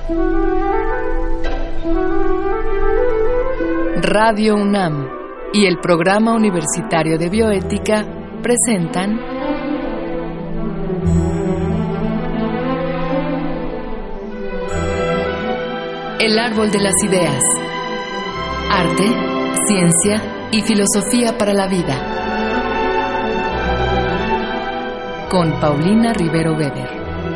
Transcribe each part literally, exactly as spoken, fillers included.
Radio UNAM y el Programa Universitario de Bioética presentan El Árbol de las Ideas. Arte, ciencia y filosofía para la vida. Con Paulina Rivero Weber.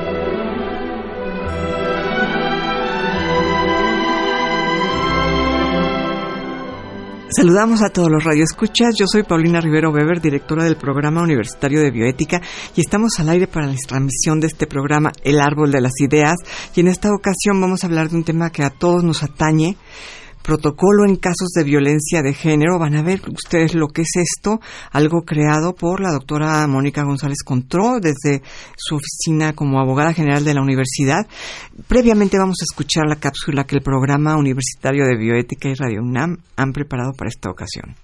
Saludamos a todos los radioescuchas. Yo soy Paulina Rivero Weber, directora del Programa Universitario de Bioética, y estamos al aire para la transmisión de este programa El Árbol de las Ideas. Y en esta ocasión vamos a hablar de un tema que a todos nos atañe: protocolo en casos de violencia de género. Van a ver ustedes lo que es esto, algo creado por la doctora Mónica González Contró desde su oficina como abogada general de la universidad. Previamente vamos a escuchar la cápsula que el Programa Universitario de Bioética y Radio UNAM han preparado para esta ocasión.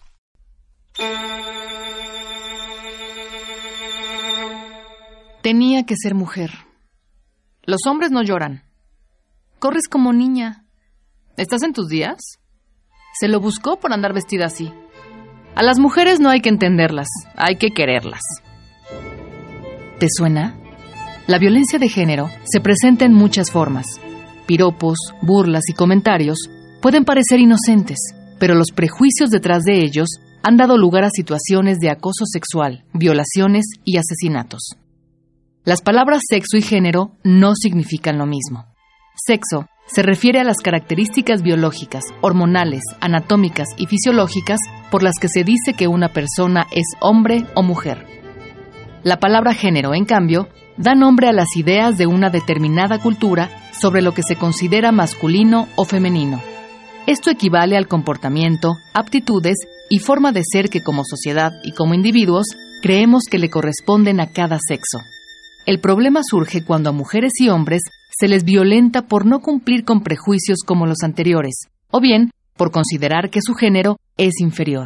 Tenía que ser mujer. Los hombres no lloran. Corres como niña. ¿Estás en tus días? Se lo buscó por andar vestida así. A las mujeres no hay que entenderlas, hay que quererlas. ¿Te suena? La violencia de género se presenta en muchas formas. Piropos, burlas y comentarios pueden parecer inocentes, pero los prejuicios detrás de ellos han dado lugar a situaciones de acoso sexual, violaciones y asesinatos. Las palabras sexo y género no significan lo mismo. Sexo se refiere a las características biológicas, hormonales, anatómicas y fisiológicas por las que se dice que una persona es hombre o mujer. La palabra género, en cambio, da nombre a las ideas de una determinada cultura sobre lo que se considera masculino o femenino. Esto equivale al comportamiento, aptitudes y forma de ser que como sociedad y como individuos creemos que le corresponden a cada sexo. El problema surge cuando a mujeres y hombres se les violenta por no cumplir con prejuicios como los anteriores, o bien por considerar que su género es inferior.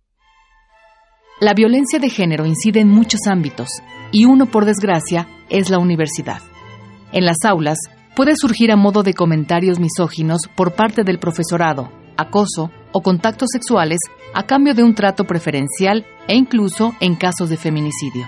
La violencia de género incide en muchos ámbitos, y uno, por desgracia, es la universidad. En las aulas puede surgir a modo de comentarios misóginos por parte del profesorado, acoso o contactos sexuales a cambio de un trato preferencial e incluso en casos de feminicidio.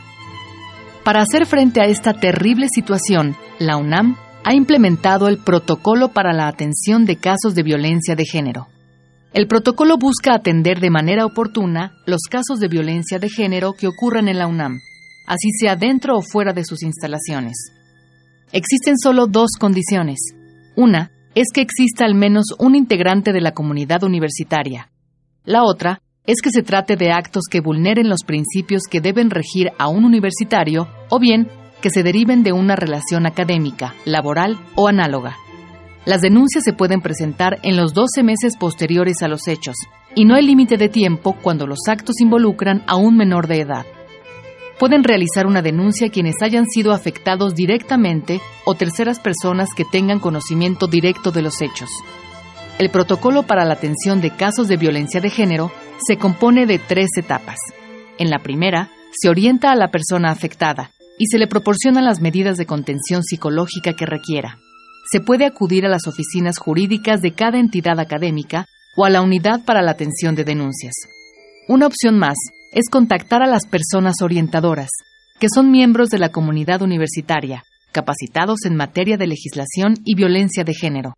Para hacer frente a esta terrible situación, la UNAM ha implementado el Protocolo para la Atención de Casos de Violencia de Género. El protocolo busca atender de manera oportuna los casos de violencia de género que ocurran en la UNAM, así sea dentro o fuera de sus instalaciones. Existen solo dos condiciones. Una es que exista al menos un integrante de la comunidad universitaria. La otra es que se trate de actos que vulneren los principios que deben regir a un universitario o bien que se deriven de una relación académica, laboral o análoga. Las denuncias se pueden presentar en los doce meses posteriores a los hechos y no hay límite de tiempo cuando los actos involucran a un menor de edad. Pueden realizar una denuncia quienes hayan sido afectados directamente o terceras personas que tengan conocimiento directo de los hechos. El protocolo para la atención de casos de violencia de género se compone de tres etapas. En la primera, se orienta a la persona afectada y se le proporcionan las medidas de contención psicológica que requiera. Se puede acudir a las oficinas jurídicas de cada entidad académica o a la unidad para la atención de denuncias. Una opción más es contactar a las personas orientadoras, que son miembros de la comunidad universitaria, capacitados en materia de legislación y violencia de género.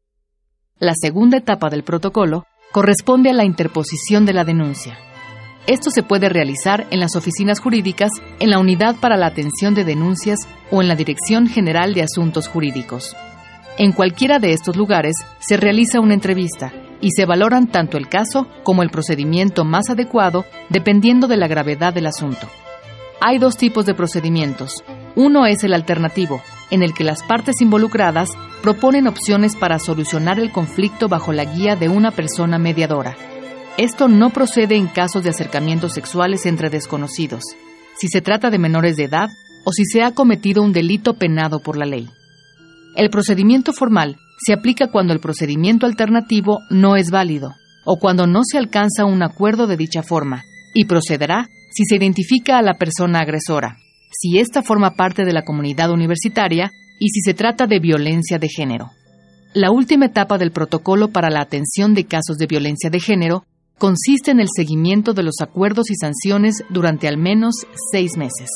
La segunda etapa del protocolo corresponde a la interposición de la denuncia. Esto se puede realizar en las oficinas jurídicas, en la Unidad para la Atención de Denuncias o en la Dirección General de Asuntos Jurídicos. En cualquiera de estos lugares se realiza una entrevista y se valoran tanto el caso como el procedimiento más adecuado dependiendo de la gravedad del asunto. Hay dos tipos de procedimientos. Uno es el alternativo, en el que las partes involucradas proponen opciones para solucionar el conflicto bajo la guía de una persona mediadora. Esto no procede en casos de acercamientos sexuales entre desconocidos, si se trata de menores de edad o si se ha cometido un delito penado por la ley. El procedimiento formal se aplica cuando el procedimiento alternativo no es válido o cuando no se alcanza un acuerdo de dicha forma, y procederá si se identifica a la persona agresora, si ésta forma parte de la comunidad universitaria y si se trata de violencia de género. La última etapa del protocolo para la atención de casos de violencia de género consiste en el seguimiento de los acuerdos y sanciones durante al menos seis meses.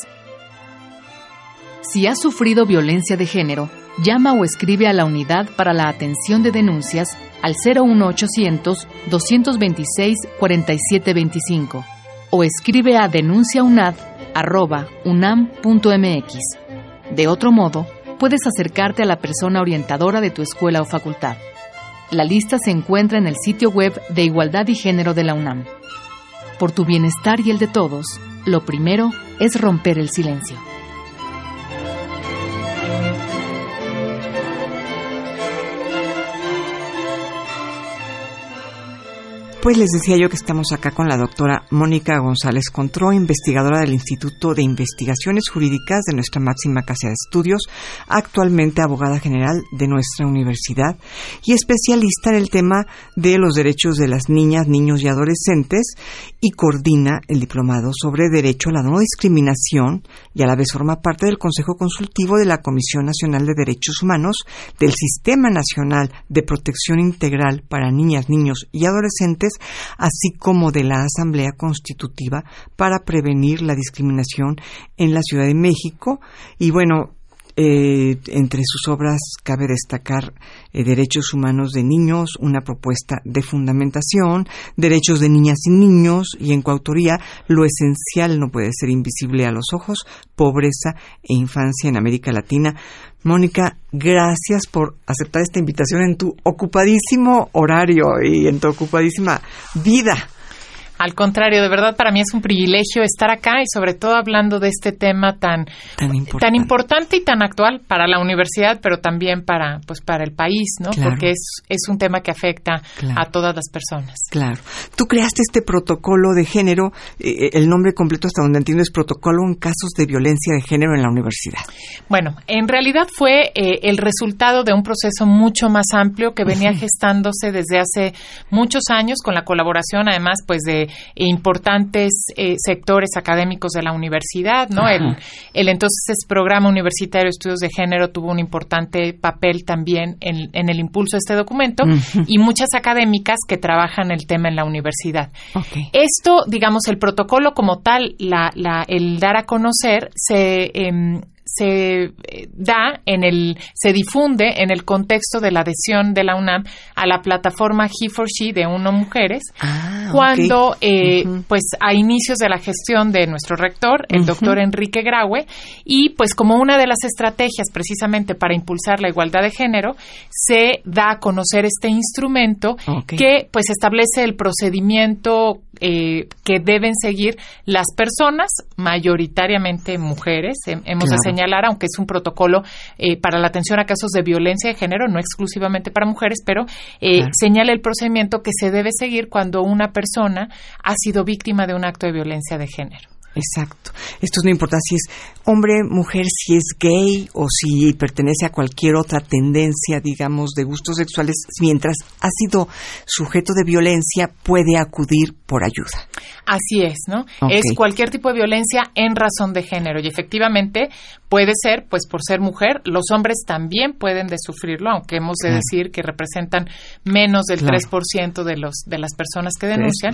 Si has sufrido violencia de género, llama o escribe a la Unidad para la Atención de Denuncias al cero uno ochocientos, doscientos veintiséis, cuarenta y siete veinticinco o escribe a denunciaunad arroba unam punto mx. De otro modo, puedes acercarte a la persona orientadora de tu escuela o facultad. La lista se encuentra en el sitio web de Igualdad y Género de la UNAM. Por tu bienestar y el de todos, lo primero es romper el silencio. Pues les decía yo que estamos acá con la doctora Mónica González Contró, investigadora del Instituto de Investigaciones Jurídicas de nuestra máxima casa de estudios, actualmente abogada general de nuestra universidad y especialista en el tema de los derechos de las niñas, niños y adolescentes, y coordina el diplomado sobre Derecho a la No Discriminación y a la vez forma parte del Consejo Consultivo de la Comisión Nacional de Derechos Humanos del Sistema Nacional de Protección Integral para Niñas, Niños y Adolescentes, así como de la Asamblea Constitutiva para Prevenir la Discriminación en la Ciudad de México. Y bueno, eh, entre sus obras cabe destacar eh, Derechos Humanos de Niños, una propuesta de fundamentación, Derechos de Niñas y Niños, y en coautoría Lo Esencial no puede ser invisible a los ojos, Pobreza e Infancia en América Latina. Mónica, gracias por aceptar esta invitación en tu ocupadísimo horario y en tu ocupadísima vida. Al contrario, de verdad para mí es un privilegio estar acá y sobre todo hablando de este tema tan tan importante, tan importante y tan actual para la universidad, pero también para pues para el país, ¿no? Claro. Porque es es un tema que afecta claro. a todas las personas. Claro. Tú creaste este protocolo de género, eh, el nombre completo hasta donde entiendo es Protocolo en Casos de Violencia de Género en la Universidad. Bueno, en realidad fue eh, el resultado de un proceso mucho más amplio que venía gestándose desde hace muchos años con la colaboración además pues de importantes eh, sectores académicos de la universidad, ¿no? El, el entonces Programa Universitario de Estudios de Género tuvo un importante papel también en, en el impulso de este documento uh-huh. y muchas académicas que trabajan el tema en la universidad. Okay. Esto, digamos, el protocolo como tal, la, la, el dar a conocer, se... Eh, se da en el, se difunde en el contexto de la adhesión de la UNAM a la plataforma He for She de UNO Mujeres, ah, cuando, okay. eh, uh-huh. pues, a inicios de la gestión de nuestro rector, el uh-huh. doctor Enrique Graue, y pues como una de las estrategias precisamente para impulsar la igualdad de género, se da a conocer este instrumento okay. que pues establece el procedimiento Eh, que deben seguir las personas, mayoritariamente mujeres. Hem- hemos claro. de señalar, aunque es un protocolo eh, para la atención a casos de violencia de género, no exclusivamente para mujeres, pero eh, claro. señala el procedimiento que se debe seguir cuando una persona ha sido víctima de un acto de violencia de género. Exacto. Esto no importa si es hombre, mujer, si es gay o si pertenece a cualquier otra tendencia, digamos, de gustos sexuales, mientras ha sido sujeto de violencia, puede acudir por ayuda. Así es, ¿no? Okay. Es cualquier tipo de violencia en razón de género y efectivamente puede ser, pues por ser mujer, los hombres también pueden de sufrirlo, aunque hemos de claro. decir que representan menos del claro. tres por ciento de los de las personas que denuncian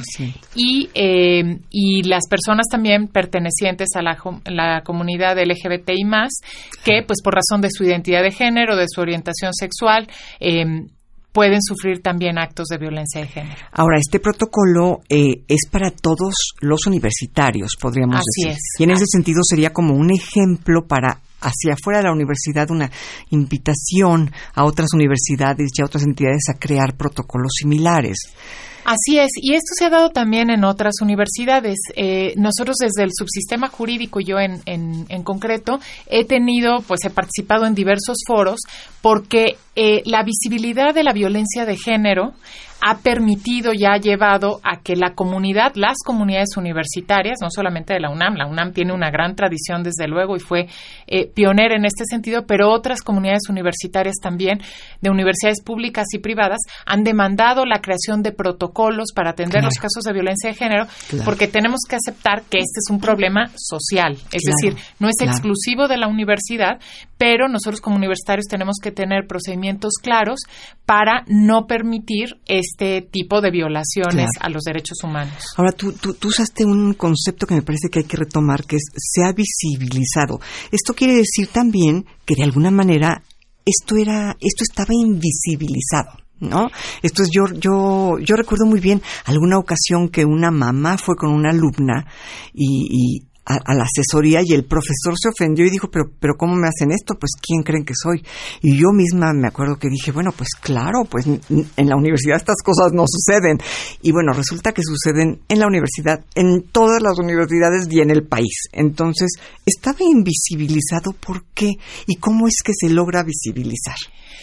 y eh, y las personas también pertenecientes a la, la comunidad L G B T I más, que pues por razón de su identidad de género, de su orientación sexual, eh, pueden sufrir también actos de violencia de género. Ahora, este protocolo eh, es para todos los universitarios, podríamos Así decir. es. Y en ese sentido sería como un ejemplo para hacia afuera de la universidad, una invitación a otras universidades y a otras entidades a crear protocolos similares. Así es, y esto se ha dado también en otras universidades. Eh, nosotros desde el subsistema jurídico, yo en, en, en concreto, he tenido, pues he participado en diversos foros porque eh, la visibilidad de la violencia de género ha permitido y ha llevado a que la comunidad, las comunidades universitarias, no solamente de la UNAM, la UNAM tiene una gran tradición desde luego y fue eh, pionera en este sentido, pero otras comunidades universitarias también, de universidades públicas y privadas, han demandado la creación de protocolos para atender claro. los casos de violencia de género, claro. porque tenemos que aceptar que este es un problema social, es claro. decir, no es claro. exclusivo de la universidad, pero nosotros como universitarios tenemos que tener procedimientos claros para no permitir este tipo de violaciones claro. a los derechos humanos. Ahora, tú, tú, tú usaste un concepto que me parece que hay que retomar, que es se ha visibilizado. Esto quiere decir también que de alguna manera esto era, esto estaba invisibilizado, ¿no? Esto es, yo, yo, yo recuerdo muy bien alguna ocasión que una mamá fue con una alumna y, y A, a la asesoría y el profesor se ofendió y dijo, pero, pero ¿cómo me hacen esto? Pues, ¿quién creen que soy? Y yo misma me acuerdo que dije, bueno, pues claro, pues en la universidad estas cosas no suceden. Y bueno, resulta que suceden en la universidad, en todas las universidades y en el país. Entonces, estaba invisibilizado, ¿por qué? ¿Y cómo es que se logra visibilizar?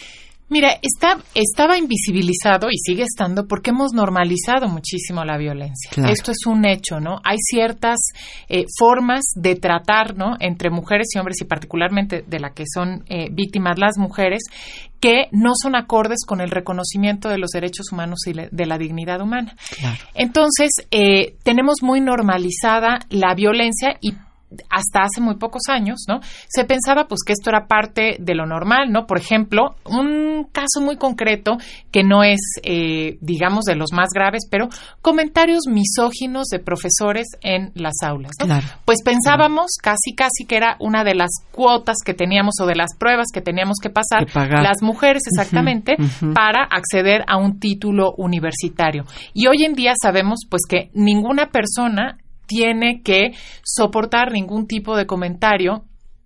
Mira, está, estaba invisibilizado y sigue estando porque hemos normalizado muchísimo la violencia. Claro. Esto es un hecho, ¿no? Hay ciertas eh, formas de tratar, ¿no?, entre mujeres y hombres y particularmente de la que son eh, víctimas las mujeres, que no son acordes con el reconocimiento de los derechos humanos y le, de la dignidad humana. Claro. Entonces, eh, tenemos muy normalizada la violencia y hasta hace muy pocos años, ¿no?, se pensaba pues que esto era parte de lo normal, ¿no? Por ejemplo, un caso muy concreto que no es, eh, digamos, de los más graves, pero comentarios misóginos de profesores en las aulas, ¿no? Claro. Pues pensábamos claro. casi, casi que era una de las cuotas que teníamos o de las pruebas que teníamos que pasar que las mujeres exactamente uh-huh, uh-huh. para acceder a un título universitario. Y hoy en día sabemos pues que ninguna persona tiene que soportar ningún tipo de comentario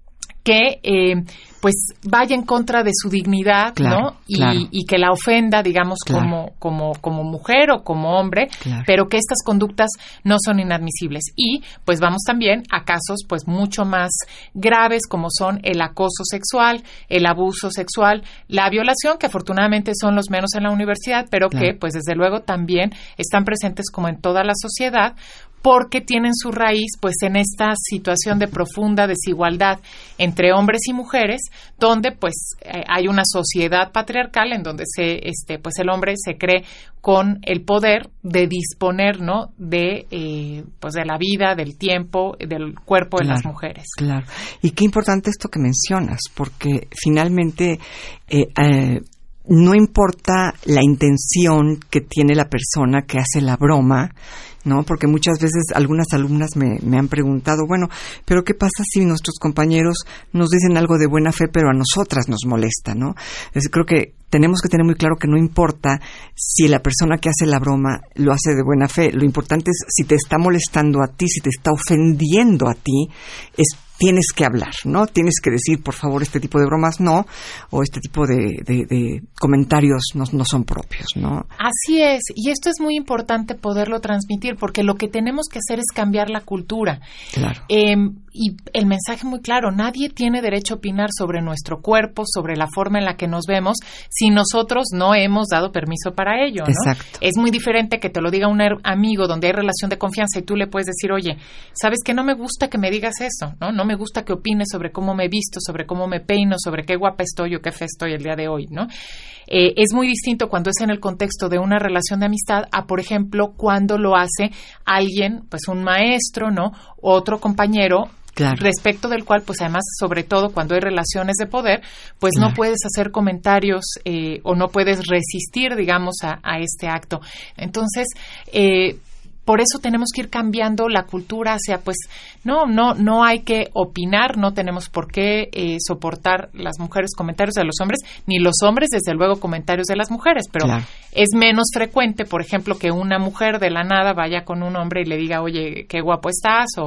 que eh, pues vaya en contra de su dignidad, claro, ¿no? Y, claro. y que la ofenda, digamos, claro. como, como, como mujer o como hombre, claro. pero que estas conductas no son inadmisibles. Y pues vamos también a casos pues mucho más graves como son el acoso sexual, el abuso sexual, la violación, que afortunadamente son los menos en la universidad, pero claro. que pues desde luego también están presentes como en toda la sociedad, porque tienen su raíz pues en esta situación de profunda desigualdad entre hombres y mujeres, donde pues eh, hay una sociedad patriarcal en donde se este pues el hombre se cree con el poder de disponer, ¿no?, de eh, pues de la vida, del tiempo, del cuerpo claro, de las mujeres. Claro. Y qué importante esto que mencionas, porque finalmente eh, eh, no importa la intención que tiene la persona que hace la broma, ¿no? Porque muchas veces algunas alumnas me, me han preguntado, bueno, pero ¿qué pasa si nuestros compañeros nos dicen algo de buena fe, pero a nosotras nos molesta, ¿no? Es decir, creo que tenemos que tener muy claro que no importa si la persona que hace la broma lo hace de buena fe. Lo importante es si te está molestando a ti, si te está ofendiendo a ti, es tienes que hablar, ¿no? Tienes que decir, por favor, este tipo de bromas no, o este tipo de, de, de comentarios no, no son propios, ¿no? Así es, y esto es muy importante poderlo transmitir, porque lo que tenemos que hacer es cambiar la cultura. Claro. Eh, y el mensaje muy claro, nadie tiene derecho a opinar sobre nuestro cuerpo, sobre la forma en la que nos vemos, si nosotros no hemos dado permiso para ello, ¿no? Exacto. Es muy diferente que te lo diga un amigo donde hay relación de confianza y tú le puedes decir, oye, ¿sabes qué? No me gusta que me digas eso, ¿no? No me gusta que opines sobre cómo me visto, sobre cómo me peino, sobre qué guapa estoy o qué fea estoy el día de hoy, ¿no? Eh, es muy distinto cuando es en el contexto de una relación de amistad a, por ejemplo, cuando lo hace alguien, pues un maestro, ¿no? Otro compañero, claro. respecto del cual, pues además, sobre todo cuando hay relaciones de poder, pues claro. no puedes hacer comentarios eh, o no puedes resistir, digamos, a, a este acto. Entonces, eh, por eso tenemos que ir cambiando la cultura hacia, pues, no, no, no hay que opinar, no tenemos por qué eh, soportar las mujeres comentarios de los hombres, ni los hombres, desde luego, comentarios de las mujeres, pero claro. es menos frecuente, por ejemplo, que una mujer de la nada vaya con un hombre y le diga, oye, qué guapo estás, o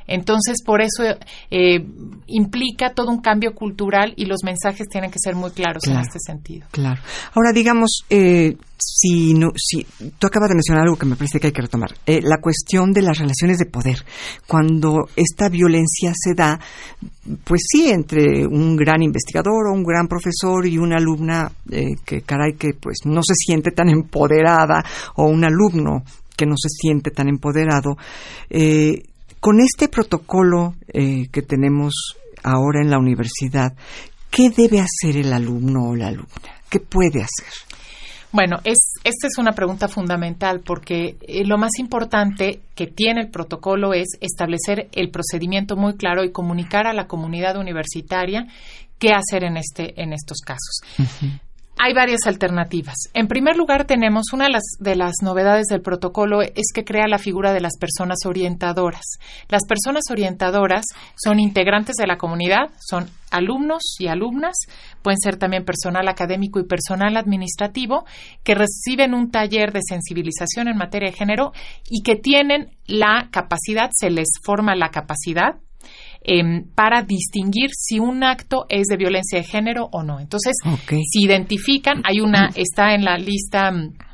Entonces, por eso eh, implica todo un cambio cultural y los mensajes tienen que ser muy claros claro, en este sentido. Claro. Ahora, digamos, eh, si, no, si tú acabas de mencionar algo que me parece que hay que retomar, eh, la cuestión de las relaciones de poder. Cuando esta violencia se da, pues sí, entre un gran investigador o un gran profesor y una alumna eh, que, caray, que pues no se siente tan empoderada, o un alumno que no se siente tan empoderado, eh, con este protocolo eh, que tenemos ahora en la universidad, ¿qué debe hacer el alumno o la alumna? ¿Qué puede hacer? Bueno, es, esta es una pregunta fundamental porque eh, lo más importante que tiene el protocolo es establecer el procedimiento muy claro y comunicar a la comunidad universitaria qué hacer en este, en estos casos. Uh-huh. Hay varias alternativas. En primer lugar, tenemos una de las, de las novedades del protocolo es que crea la figura de las personas orientadoras. Las personas orientadoras son integrantes de la comunidad, son alumnos y alumnas, pueden ser también personal académico y personal administrativo, que reciben un taller de sensibilización en materia de género y que tienen la capacidad, se les forma la capacidad Eh, para distinguir si un acto es de violencia de género o no. Entonces, okay. si identifican, hay una, está en la lista,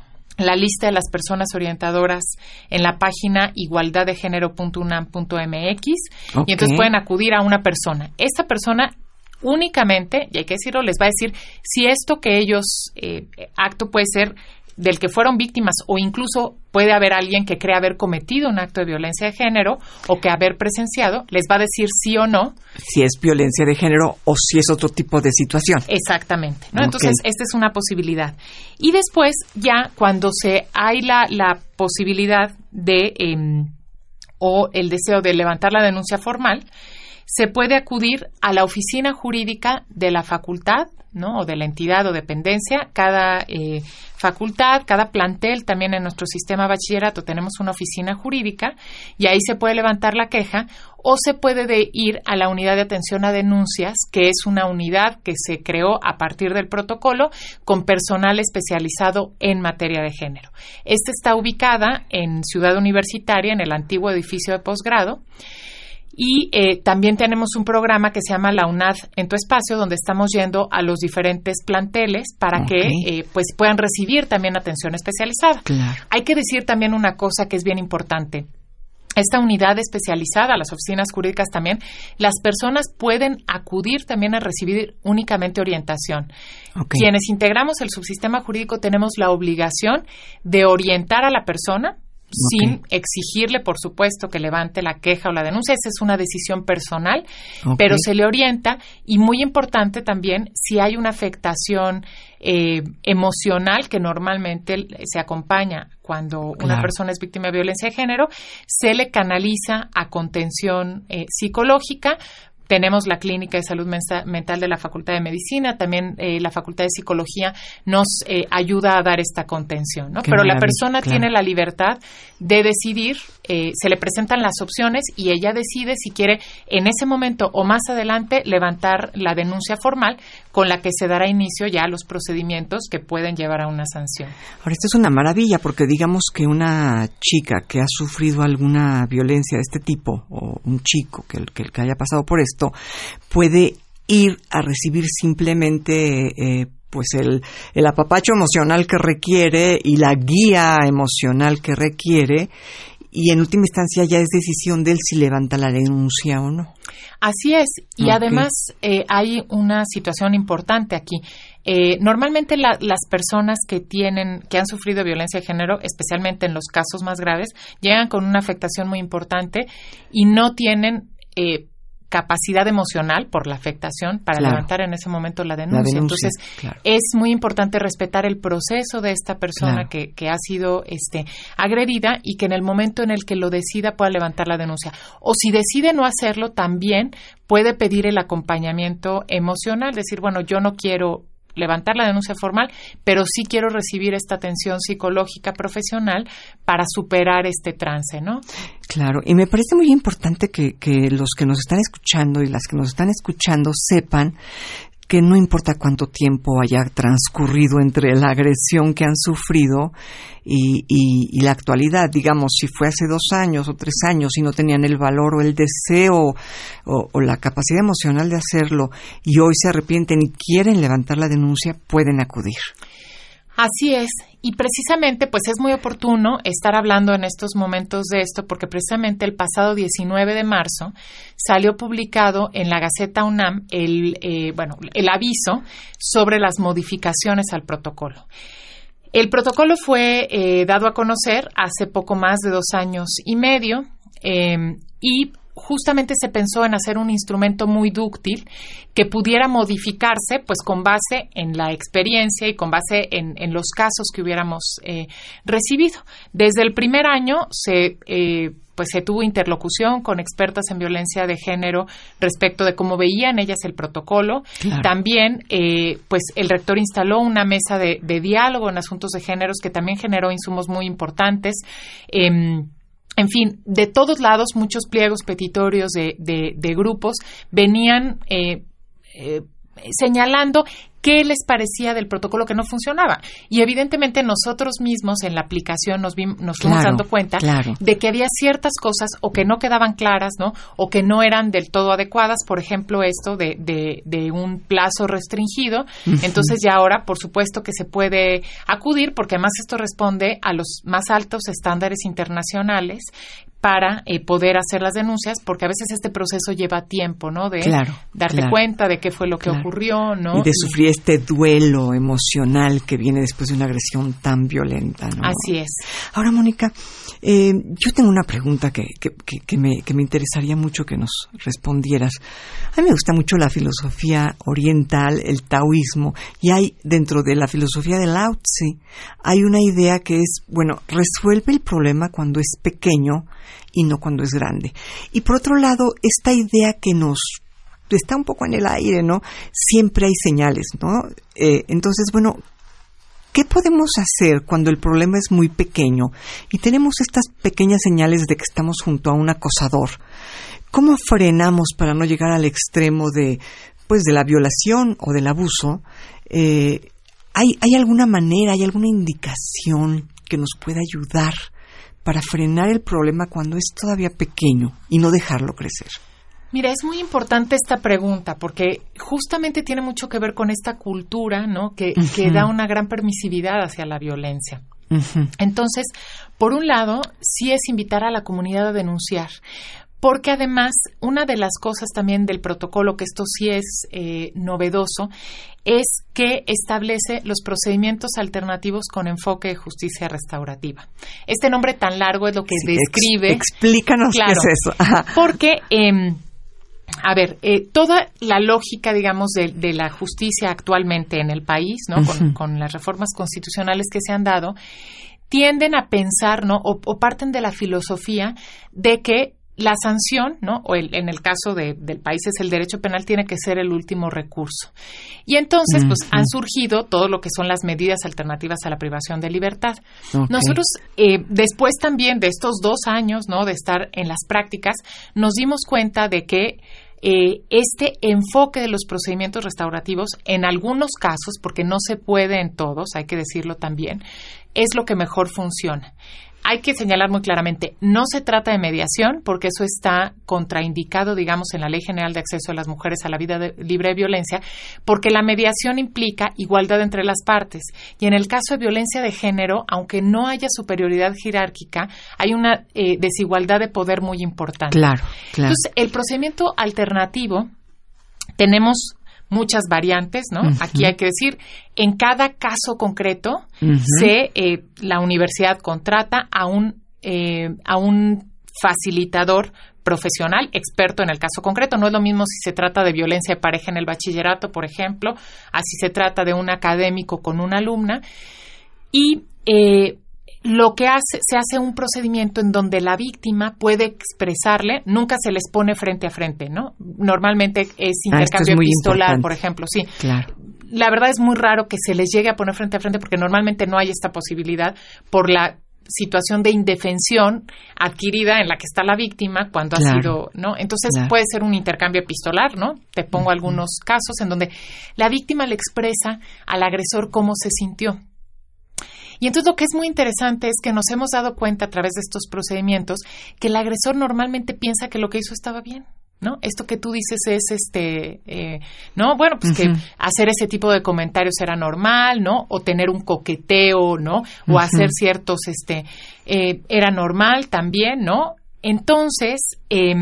la lista de las personas orientadoras en la página igualdad de género punto unam punto m x, okay. y entonces pueden acudir a una persona. Esta persona únicamente, y hay que decirlo, les va a decir si esto que ellos, eh, acto puede ser del que fueron víctimas o incluso puede haber alguien que cree haber cometido un acto de violencia de género o que haber presenciado, les va a decir sí o no. Si es violencia de género o si es otro tipo de situación. Exactamente, ¿no? Okay. Entonces, esta es una posibilidad. Y después, ya cuando se hay la, la posibilidad de eh, o el deseo de levantar la denuncia formal, se puede acudir a la oficina jurídica de la facultad, ¿no? O de la entidad o dependencia. Cada eh, facultad, cada plantel, también en nuestro sistema bachillerato tenemos una oficina jurídica y ahí se puede levantar la queja, o se puede de ir a la unidad de atención a denuncias, que es una unidad que se creó a partir del protocolo con personal especializado en materia de género. Esta está ubicada en Ciudad Universitaria, en el antiguo edificio de posgrado. Y eh, también tenemos un programa que se llama La UNAD en tu espacio, donde estamos yendo a los diferentes planteles para okay. que eh, pues puedan recibir también atención especializada. Claro. Hay que decir también una cosa que es bien importante. Esta unidad especializada, las oficinas jurídicas también, las personas pueden acudir también a recibir únicamente orientación. Okay. Quienes integramos el subsistema jurídico tenemos la obligación de orientar a la persona, sin okay. exigirle, por supuesto, que levante la queja o la denuncia. Esa es una decisión personal, okay. pero se le orienta. Y muy importante también, si hay una afectación eh, emocional que normalmente se acompaña cuando claro. una persona es víctima de violencia de género, se le canaliza a contención eh, psicológica. Tenemos la Clínica de Salud Mental de la Facultad de Medicina, también eh, la Facultad de Psicología nos eh, ayuda a dar esta contención, ¿no? Pero la persona claro. tiene la libertad de decidir, eh, se le presentan las opciones y ella decide si quiere en ese momento o más adelante levantar la denuncia formal con la que se dará inicio ya a los procedimientos que pueden llevar a una sanción. Ahora, esto es una maravilla porque digamos que una chica que ha sufrido alguna violencia de este tipo o un chico que, que, que haya pasado por esto puede ir a recibir simplemente eh, pues el, el apapacho emocional que requiere y la guía emocional que requiere, y en última instancia ya es decisión de él si levanta la denuncia o no. Así es, y okay. además eh, hay una situación importante aquí. Eh, normalmente la, las personas que tienen, que han sufrido violencia de género, especialmente en los casos más graves, llegan con una afectación muy importante y no tienen eh, capacidad emocional por la afectación para claro. levantar en ese momento la denuncia. La denuncia Entonces, claro. es muy importante respetar el proceso de esta persona claro. que, que ha sido este, agredida y que en el momento en el que lo decida pueda levantar la denuncia. O si decide no hacerlo, también puede pedir el acompañamiento emocional, decir, bueno, yo no quiero levantar la denuncia formal, pero sí quiero recibir esta atención psicológica profesional para superar este trance, ¿no? Claro, y me parece muy importante que, que los que nos están escuchando y las que nos están escuchando sepan que no importa cuánto tiempo haya transcurrido entre la agresión que han sufrido y, y, y la actualidad, digamos, si fue hace dos años o tres años y no tenían el valor o el deseo o, o la capacidad emocional de hacerlo y hoy se arrepienten y quieren levantar la denuncia, pueden acudir. Así es, y precisamente pues es muy oportuno estar hablando en estos momentos de esto porque precisamente el pasado diecinueve de marzo salió publicado en la Gaceta UNAM el, eh, bueno, el aviso sobre las modificaciones al protocolo. El protocolo fue eh, dado a conocer hace poco más de dos años y medio eh, y justamente se pensó en hacer un instrumento muy dúctil que pudiera modificarse pues con base en la experiencia y con base en, en los casos que hubiéramos eh, recibido. Desde el primer año se eh, pues se tuvo interlocución con expertas en violencia de género respecto de cómo veían ellas el protocolo. Claro. También eh, pues el rector instaló una mesa de, de diálogo en asuntos de géneros que también generó insumos muy importantes. Eh, En fin, de todos lados, muchos pliegos petitorios de, de, de grupos venían eh, eh, señalando qué les parecía del protocolo que no funcionaba. Y evidentemente nosotros mismos en la aplicación nos, vi, nos fuimos claro, dando cuenta claro. de que había ciertas cosas o que no quedaban claras, ¿no? O que no eran del todo adecuadas. Por ejemplo, esto de, de, de un plazo restringido. Uh-huh. Entonces ya ahora, por supuesto que se puede acudir porque además esto responde a los más altos estándares internacionales para eh, poder hacer las denuncias, porque a veces este proceso lleva tiempo, ¿no? De claro, darte claro, cuenta de qué fue lo que claro. ocurrió, ¿no? Y de sufrir este duelo emocional que viene después de una agresión tan violenta, ¿no? Así es. Ahora, Mónica, eh, yo tengo una pregunta que, que, que, que, me, que me interesaría mucho que nos respondieras. A mí me gusta mucho la filosofía oriental, el taoísmo, y hay dentro de la filosofía de Lao Tse, hay una idea que es, bueno, resuelve el problema cuando es pequeño y no cuando es grande. Y por otro lado, esta idea que nos está un poco en el aire, ¿no? Siempre hay señales, ¿no? Eh, entonces, bueno, ¿qué podemos hacer cuando el problema es muy pequeño y tenemos estas pequeñas señales de que estamos junto a un acosador? ¿Cómo frenamos para no llegar al extremo de, pues, de la violación o del abuso? Eh, ¿hay, ¿Hay alguna manera, hay alguna indicación que nos pueda ayudar para frenar el problema cuando es todavía pequeño y no dejarlo crecer? Mira, es muy importante esta pregunta porque justamente tiene mucho que ver con esta cultura, ¿no? Que, uh-huh. que da una gran permisividad hacia la violencia. Uh-huh. Entonces, por un lado, sí es invitar a la comunidad a denunciar. Porque además, una de las cosas también del protocolo, que esto sí es eh, novedoso, es que establece los procedimientos alternativos con enfoque de justicia restaurativa. Este nombre tan largo es lo que sí, describe... Ex, explícanos claro, qué es eso. Ajá. Porque... Eh, A ver, eh, toda la lógica, digamos, de, de la justicia actualmente en el país, ¿no? Uh-huh. Con, con las reformas constitucionales que se han dado, tienden a pensar, ¿no? O, o parten de la filosofía de que la sanción, ¿no? O el, en el caso de, del país es el derecho penal, tiene que ser el último recurso. Y entonces, uh-huh. pues, han surgido todo lo que son las medidas alternativas a la privación de libertad. Okay. Nosotros, eh, después también de estos dos años, ¿no? De estar en las prácticas, nos dimos cuenta de que Eh, este enfoque de los procedimientos restaurativos, en algunos casos, porque no se puede en todos, hay que decirlo también, es lo que mejor funciona. Hay que señalar muy claramente, no se trata de mediación, porque eso está contraindicado, digamos, en la Ley General de Acceso de las Mujeres a la Vida de, Libre de Violencia, porque la mediación implica igualdad entre las partes. Y en el caso de violencia de género, aunque no haya superioridad jerárquica, hay una eh, desigualdad de poder muy importante. Claro, claro. Entonces, el procedimiento alternativo, tenemos muchas variantes, ¿no? Uh-huh. Aquí hay que decir, en cada caso concreto, uh-huh. se eh, la universidad contrata a un eh, a un facilitador profesional, experto en el caso concreto. No es lo mismo si se trata de violencia de pareja en el bachillerato, por ejemplo, así se trata de un académico con una alumna. Y eh, lo que hace, se hace un procedimiento en donde la víctima puede expresarle, nunca se les pone frente a frente, ¿no? Normalmente es intercambio ah, es epistolar, importante. Por ejemplo, sí. Claro. La verdad es muy raro que se les llegue a poner frente a frente porque normalmente no hay esta posibilidad por la situación de indefensión adquirida en la que está la víctima cuando claro. ha sido, ¿no? Entonces claro. puede ser un intercambio epistolar, ¿no? Te pongo uh-huh. algunos casos en donde la víctima le expresa al agresor cómo se sintió. Y entonces lo que es muy interesante es que nos hemos dado cuenta a través de estos procedimientos que el agresor normalmente piensa que lo que hizo estaba bien, ¿no? Esto que tú dices es, este, eh, ¿no? Bueno, pues uh-huh. que hacer ese tipo de comentarios era normal, ¿no? O tener un coqueteo, ¿no? O uh-huh. hacer ciertos, este, eh, era normal también, ¿no? Entonces, eh,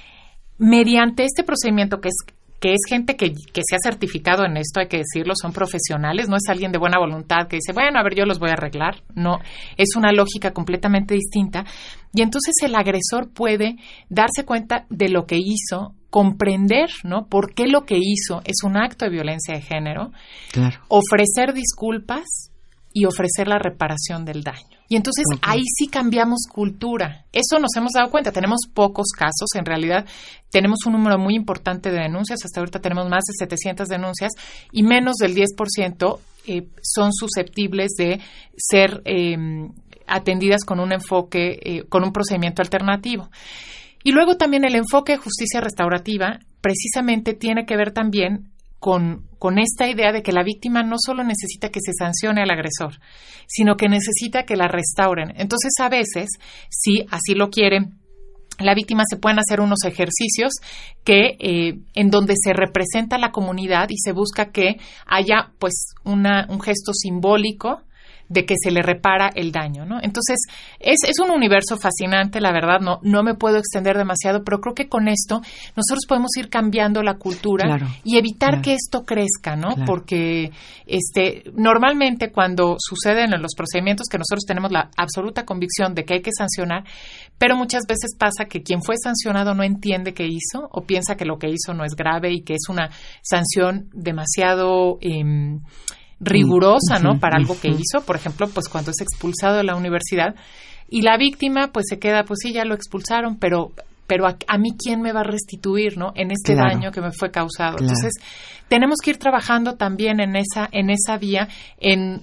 mediante este procedimiento que es que es gente que, que se ha certificado en esto, hay que decirlo, son profesionales, no es alguien de buena voluntad que dice, bueno, a ver, yo los voy a arreglar, no, es una lógica completamente distinta, y entonces el agresor puede darse cuenta de lo que hizo, comprender, ¿no?, por qué lo que hizo es un acto de violencia de género, claro. ofrecer disculpas y ofrecer la reparación del daño. Y entonces okay. ahí sí cambiamos cultura. Eso nos hemos dado cuenta. Tenemos pocos casos. En realidad tenemos un número muy importante de denuncias. Hasta ahorita tenemos más de setecientas denuncias y menos del diez por ciento eh, son susceptibles de ser eh, atendidas con un enfoque, eh, con un procedimiento alternativo. Y luego también el enfoque de justicia restaurativa precisamente tiene que ver también Con, con esta idea de que la víctima no solo necesita que se sancione al agresor, sino que necesita que la restauren. Entonces, a veces, si así lo quiere la víctima, se pueden hacer unos ejercicios que eh, en donde se representa la comunidad y se busca que haya pues una, un gesto simbólico de que se le repara el daño, ¿no? Entonces, es, es un universo fascinante, la verdad, no, no me puedo extender demasiado, pero creo que con esto nosotros podemos ir cambiando la cultura claro, y evitar claro. que esto crezca, ¿no? Claro. Porque este, normalmente cuando suceden los procedimientos que nosotros tenemos la absoluta convicción de que hay que sancionar, pero muchas veces pasa que quien fue sancionado no entiende qué hizo o piensa que lo que hizo no es grave y que es una sanción demasiado Eh, rigurosa, ¿no? Para algo que hizo, por ejemplo, pues cuando es expulsado de la universidad y la víctima pues se queda, pues sí, ya lo expulsaron, pero pero a, a mí quién me va a restituir, ¿no? En este claro. daño que me fue causado. Claro. Entonces, tenemos que ir trabajando también en esa en esa vía en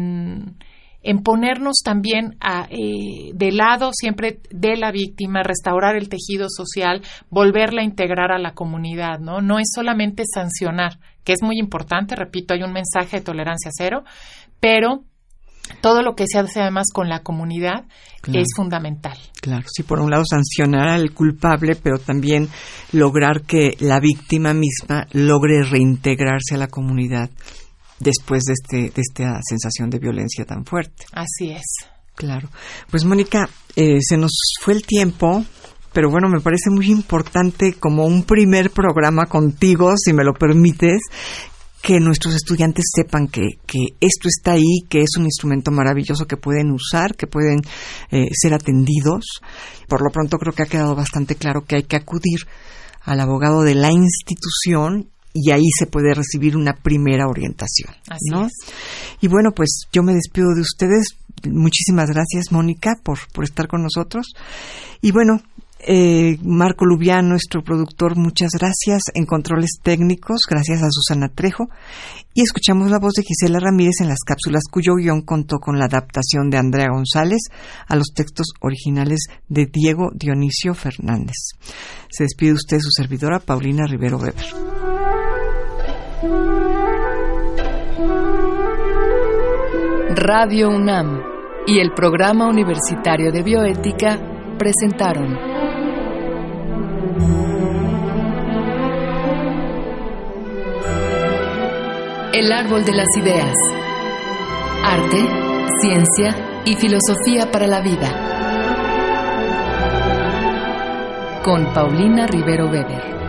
en en ponernos también a, eh, de lado siempre de la víctima, restaurar el tejido social, volverla a integrar a la comunidad, ¿no? No es solamente sancionar, que es muy importante, repito, hay un mensaje de tolerancia cero, pero todo lo que se hace además con la comunidad claro. es fundamental. Claro, sí, por un lado sancionar al culpable, pero también lograr que la víctima misma logre reintegrarse a la comunidad después de este de esta sensación de violencia tan fuerte. Así es. Claro. Pues, Mónica, eh, se nos fue el tiempo, pero bueno, me parece muy importante como un primer programa contigo, si me lo permites, que nuestros estudiantes sepan que, que esto está ahí, que es un instrumento maravilloso que pueden usar, que pueden eh, ser atendidos. Por lo pronto creo que ha quedado bastante claro que hay que acudir al abogado de la institución y ahí se puede recibir una primera orientación, Así ¿no? es. Y bueno, pues yo me despido de ustedes. Muchísimas gracias, Mónica, por, por estar con nosotros. Y bueno, eh, Marco Lubián, nuestro productor, muchas gracias. En controles técnicos, gracias a Susana Trejo. Y escuchamos la voz de Gisela Ramírez en las cápsulas, cuyo guión contó con la adaptación de Andrea González a los textos originales de Diego Dionisio Fernández. Se despide usted su servidora, Paulina Rivero Weber. Radio UNAM y el Programa Universitario de Bioética presentaron El Árbol de las Ideas. Arte, ciencia y filosofía para la vida. Con Paulina Rivero Weber.